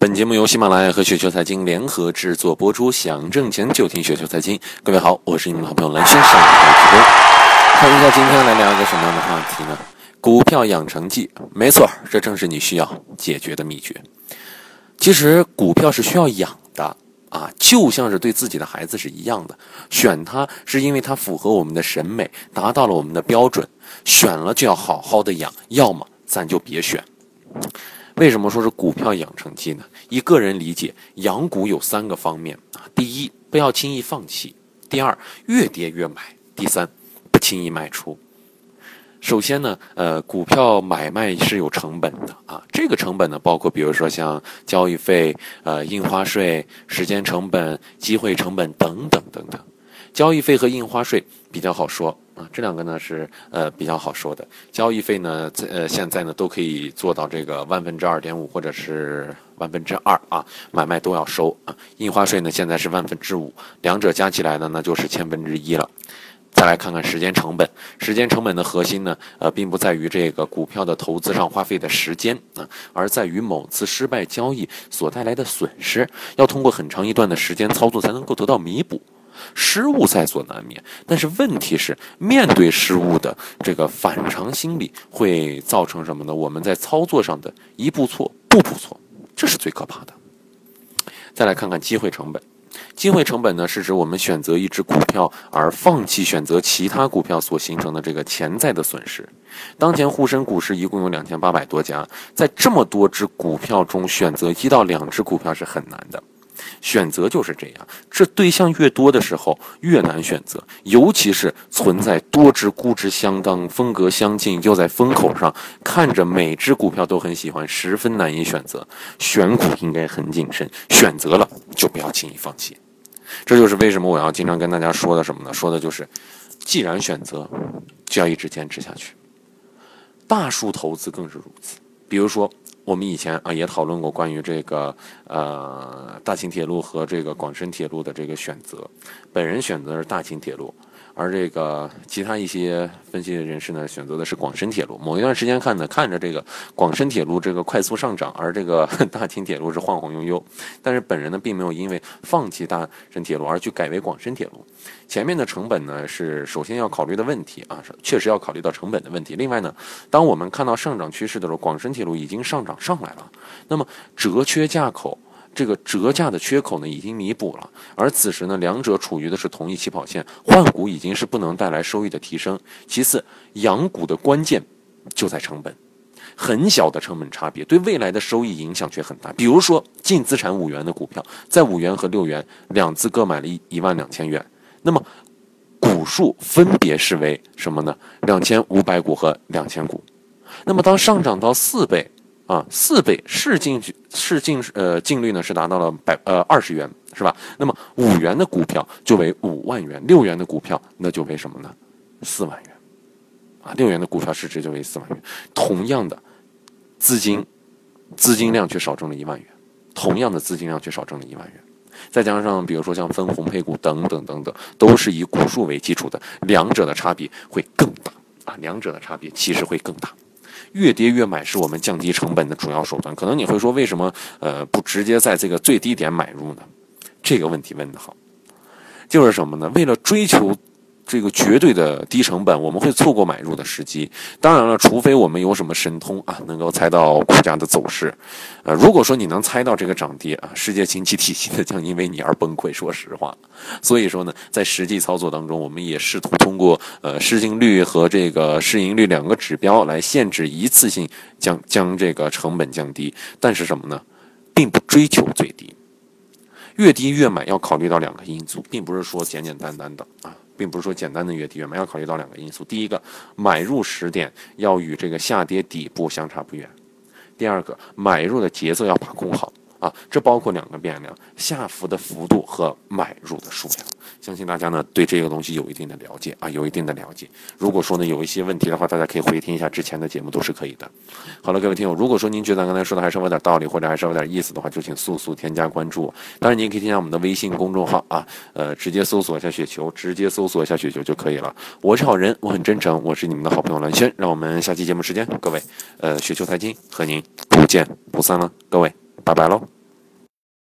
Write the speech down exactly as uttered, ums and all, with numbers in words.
本节目由喜马拉雅和雪球财经联合制作播出，想挣钱就听雪球财经。各位好，我是你们的好朋友蓝轩，上海直播。看一下今天来聊一个什么样的话题呢？股票养成记，没错，这正是你需要解决的秘诀。其实股票是需要养的啊，就像是对自己的孩子是一样的，选它是因为它符合我们的审美，达到了我们的标准，选了就要好好的养，要么咱就别选。为什么说是股票养成记呢？依个人理解，养股有三个方面啊：第一，不要轻易放弃；第二，越跌越买；第三，不轻易卖出。首先呢，呃，股票买卖是有成本的啊，这个成本呢，包括比如说像交易费、呃，印花税、时间成本、机会成本等等等等。交易费和印花税比较好说啊，这两个呢是呃比较好说的。交易费呢，呃现在呢都可以做到这个万分之二点五或者是万分之二啊，买卖都要收啊。印花税呢现在是万分之五，两者加起来呢那就是千分之一了。再来看看时间成本，时间成本的核心呢，呃，并不在于这个股票的投资上花费的时间啊，而在于某次失败交易所带来的损失，要通过很长一段的时间操作才能够得到弥补。失误在所难免，但是问题是，面对失误的这个反常心理会造成什么呢？我们在操作上的一步错，步步错，这是最可怕的。再来看看机会成本。机会成本呢，是指我们选择一只股票而放弃选择其他股票所形成的这个潜在的损失。当前沪深股市一共有两千八百多家，在这么多只股票中选择一到两只股票是很难的。选择就是这样，这对象越多的时候越难选择，尤其是存在多只估值相当、风格相近，又在风口上，看着每只股票都很喜欢，十分难以选择。选股应该很谨慎，选择了就不要轻易放弃。这就是为什么我要经常跟大家说的什么呢？说的就是，既然选择，就要一直坚持下去。大数投资更是如此，比如说。我们以前啊也讨论过关于这个呃大秦铁路和这个广深铁路的这个选择，本人选择是大秦铁路，而这个其他一些分析人士呢选择的是广深铁路。某一段时间看呢，看着这个广深铁路这个快速上涨，而这个大秦铁路是晃晃悠悠，但是本人呢并没有因为放弃大深铁路而去改为广深铁路。前面的成本呢是首先要考虑的问题啊，确实要考虑到成本的问题。另外呢，当我们看到上涨趋势的时候，广深铁路已经上涨上来了，那么折缺价口，这个折价的缺口呢已经弥补了，而此时呢两者处于的是同一起跑线，换股已经是不能带来收益的提升。其次，养股的关键就在成本，很小的成本差别对未来的收益影响却很大。比如说净资产五元的股票，在五元和六元两次各买了一一万两千元，那么股数分别是为什么呢？两千五百股和两千股。那么当上涨到四倍啊，四倍市净市净呃净率呢是达到了百呃二十元，是吧？那么五元的股票就为五万元，六元的股票那就为什么呢？四万元啊，六元的股票市值就为四万元。同样的资金资金量却少挣了一万元，同样的资金量却少挣了一万元。再加上比如说像分红配股等等等等，都是以股数为基础的，两者的差别会更大啊，两者的差别其实会更大。越跌越买是我们降低成本的主要手段。可能你会说，为什么呃不直接在这个最低点买入呢？这个问题问得好，就是什么呢？为了追求这个绝对的低成本，我们会错过买入的时机。当然了，除非我们有什么神通啊，能够猜到股价的走势。呃，如果说你能猜到这个涨跌啊，世界经济体系呢将因为你而崩溃。说实话，所以说呢，在实际操作当中，我们也试图通过呃市净率和这个市盈率两个指标来限制一次性将将这个成本降低。但是什么呢？并不追求最低，越低越买要考虑到两个因素，并不是说简简单单的啊。并不是说简单的越低越买，要考虑到两个因素。第一个，买入时点要与这个下跌底部相差不远；第二个，买入的节奏要把控好啊，这包括两个变量：下浮的幅度和买入的数量。相信大家呢对这个东西有一定的了解啊，有一定的了解。如果说呢有一些问题的话，大家可以回听一下之前的节目，都是可以的。好了，各位听友，如果说您觉得刚才说的还是有点道理，或者还是有点意思的话，就请速速添加关注我。当然，您可以添加我们的微信公众号啊，呃，直接搜索一下雪球，直接搜索一下雪球就可以了。我是好人，我很真诚，我是你们的好朋友蓝轩。让我们下期节目时间，各位，呃，雪球财经和您不见不散了，各位，拜拜喽。